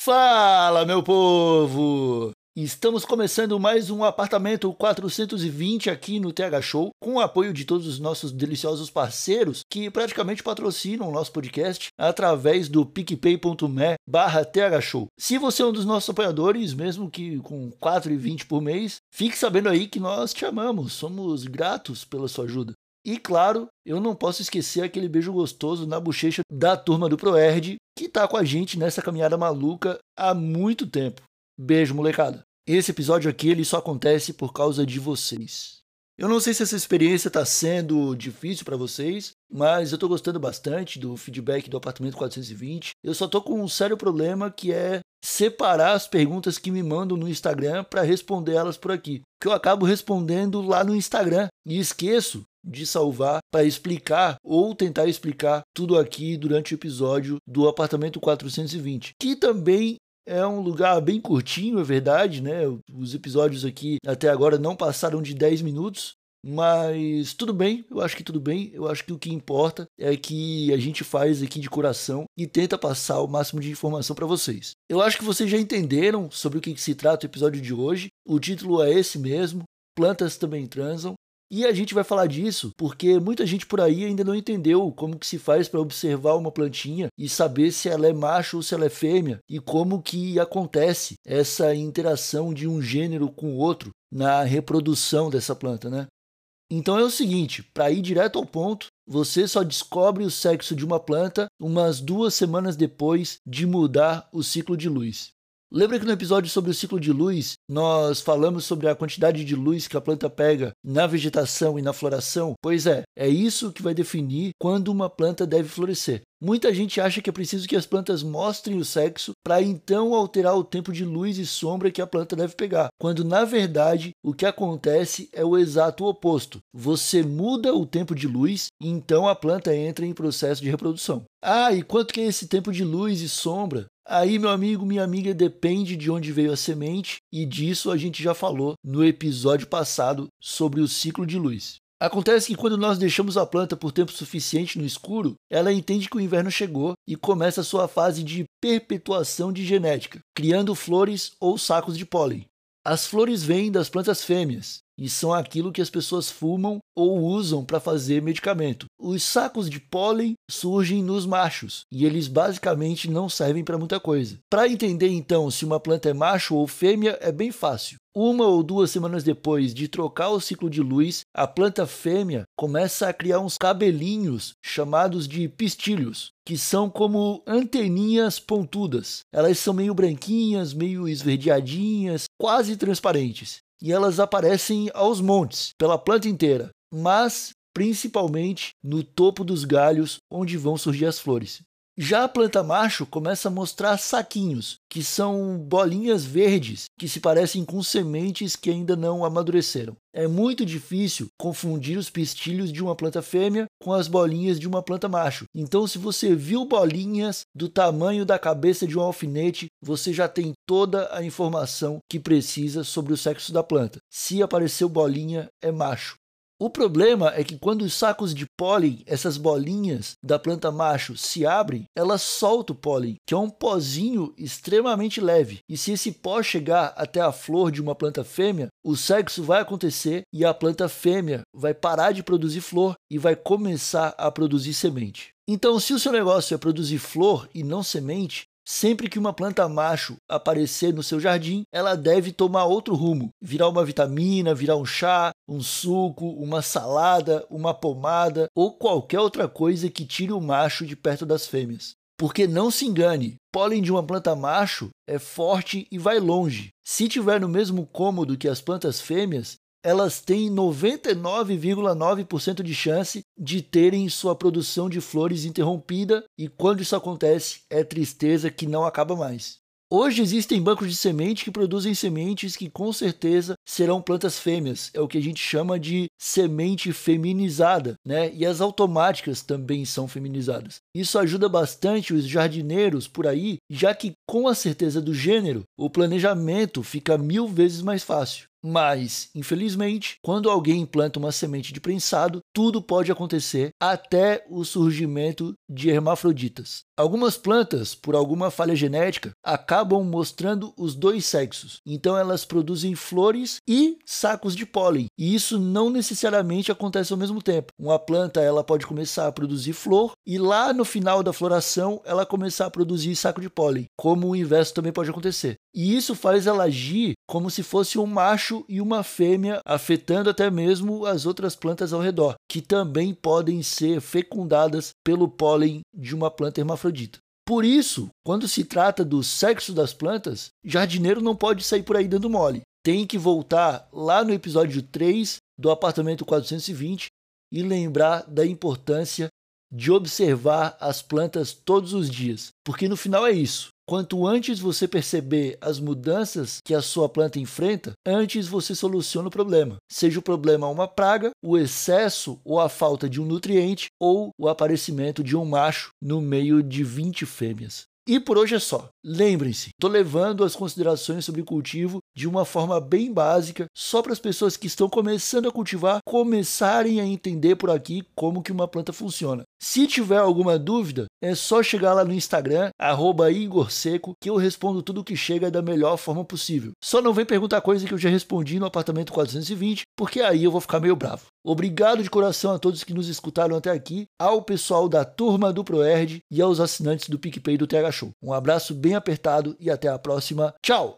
Fala, meu povo! Estamos começando mais um Apartamento 420 aqui no TH Show, com o apoio de todos os nossos deliciosos parceiros que praticamente patrocinam o nosso podcast através do picpay.me/thshow. Se você é um dos nossos apoiadores, mesmo que com R$ 4,20 por mês, fique sabendo aí que nós te amamos, somos gratos pela sua ajuda. E claro, eu não posso esquecer aquele beijo gostoso na bochecha da turma do ProErd, que tá com a gente nessa caminhada maluca há muito tempo. Beijo, molecada. Esse episódio aqui ele só acontece por causa de vocês. Eu não sei se essa experiência está sendo difícil para vocês, mas eu estou gostando bastante do feedback do Apartamento 420. Eu só estou com um sério problema que é separar as perguntas que me mandam no Instagram para responder elas por aqui. Que eu acabo respondendo lá no Instagram e esqueço de salvar para explicar ou tentar explicar tudo aqui durante o episódio do Apartamento 420, que também é um lugar bem curtinho, é verdade, né? Os episódios aqui até agora não passaram de 10 minutos, mas tudo bem, eu acho que tudo bem. Eu acho que o que importa é que a gente faz aqui de coração e tenta passar o máximo de informação para vocês. Eu acho que vocês já entenderam sobre o que se trata o episódio de hoje. O título é esse mesmo, Plantas Também Transam. E a gente vai falar disso porque muita gente por aí ainda não entendeu como que se faz para observar uma plantinha e saber se ela é macho ou se ela é fêmea e como que acontece essa interação de um gênero com o outro na reprodução dessa planta, né? Então é o seguinte, para ir direto ao ponto, você só descobre o sexo de uma planta umas 2 semanas depois de mudar o ciclo de luz. Lembra que no episódio sobre o ciclo de luz, nós falamos sobre a quantidade de luz que a planta pega na vegetação e na floração? Pois é isso que vai definir quando uma planta deve florescer. Muita gente acha que é preciso que as plantas mostrem o sexo para então alterar o tempo de luz e sombra que a planta deve pegar, quando na verdade o que acontece é o exato oposto. Você muda o tempo de luz e então a planta entra em processo de reprodução. E quanto que é esse tempo de luz e sombra? Aí, meu amigo, minha amiga, depende de onde veio a semente e disso a gente já falou no episódio passado sobre o ciclo de luz. Acontece que quando nós deixamos a planta por tempo suficiente no escuro, ela entende que o inverno chegou e começa a sua fase de perpetuação de genética, criando flores ou sacos de pólen. As flores vêm das plantas fêmeas e são aquilo que as pessoas fumam ou usam para fazer medicamento. Os sacos de pólen surgem nos machos e eles basicamente não servem para muita coisa. Para entender então se uma planta é macho ou fêmea é bem fácil. 1 ou 2 semanas depois de trocar o ciclo de luz, a planta fêmea começa a criar uns cabelinhos chamados de pistilhos, que são como anteninhas pontudas. Elas são meio branquinhas, meio esverdeadinhas, quase transparentes. E elas aparecem aos montes, pela planta inteira, mas principalmente no topo dos galhos onde vão surgir as flores. Já a planta macho começa a mostrar saquinhos, que são bolinhas verdes que se parecem com sementes que ainda não amadureceram. É muito difícil confundir os pistilhos de uma planta fêmea com as bolinhas de uma planta macho. Então, se você viu bolinhas do tamanho da cabeça de um alfinete, você já tem toda a informação que precisa sobre o sexo da planta. Se apareceu bolinha, é macho. O problema é que quando os sacos de pólen, essas bolinhas da planta macho, se abrem, ela solta o pólen, que é um pozinho extremamente leve. E se esse pó chegar até a flor de uma planta fêmea, o sexo vai acontecer e a planta fêmea vai parar de produzir flor e vai começar a produzir semente. Então, se o seu negócio é produzir flor e não semente, sempre que uma planta macho aparecer no seu jardim, ela deve tomar outro rumo, virar uma vitamina, virar um chá, um suco, uma salada, uma pomada ou qualquer outra coisa que tire o macho de perto das fêmeas. Porque não se engane, pólen de uma planta macho é forte e vai longe. Se tiver no mesmo cômodo que as plantas fêmeas, elas têm 99,9% de chance de terem sua produção de flores interrompida e quando isso acontece, é tristeza que não acaba mais. Hoje existem bancos de semente que produzem sementes que com certeza serão plantas fêmeas, é o que a gente chama de semente feminizada, né? E as automáticas também são feminizadas. Isso ajuda bastante os jardineiros por aí, já que com a certeza do gênero, o planejamento fica 1000 vezes mais fácil. Mas, infelizmente, quando alguém implanta uma semente de prensado, tudo pode acontecer até o surgimento de hermafroditas. Algumas plantas, por alguma falha genética, acabam mostrando os dois sexos. Então elas produzem flores e sacos de pólen. E isso não necessariamente acontece ao mesmo tempo. Uma planta ela pode começar a produzir flor e lá no final da floração ela começar a produzir saco de pólen. Como o inverso também pode acontecer. E isso faz ela agir como se fosse um macho e uma fêmea, afetando até mesmo as outras plantas ao redor, que também podem ser fecundadas pelo pólen de uma planta hermafrodita. Por isso, quando se trata do sexo das plantas, jardineiro não pode sair por aí dando mole. Tem que voltar lá no episódio 3 do apartamento 420 e lembrar da importância de observar as plantas todos os dias, porque no final é isso. Quanto antes você perceber as mudanças que a sua planta enfrenta, antes você soluciona o problema. Seja o problema uma praga, o excesso ou a falta de um nutriente, ou o aparecimento de um macho no meio de 20 fêmeas. E por hoje é só. Lembrem-se, estou levando as considerações sobre cultivo de uma forma bem básica, só para as pessoas que estão começando a cultivar começarem a entender por aqui como que uma planta funciona. Se tiver alguma dúvida, é só chegar lá no Instagram, @IgorSeco, que eu respondo tudo que chega da melhor forma possível. Só não vem perguntar coisa que eu já respondi no apartamento 420, porque aí eu vou ficar meio bravo. Obrigado de coração a todos que nos escutaram até aqui, ao pessoal da turma do ProErd e aos assinantes do PicPay do TH Show. Um abraço bem apertado e até a próxima. Tchau!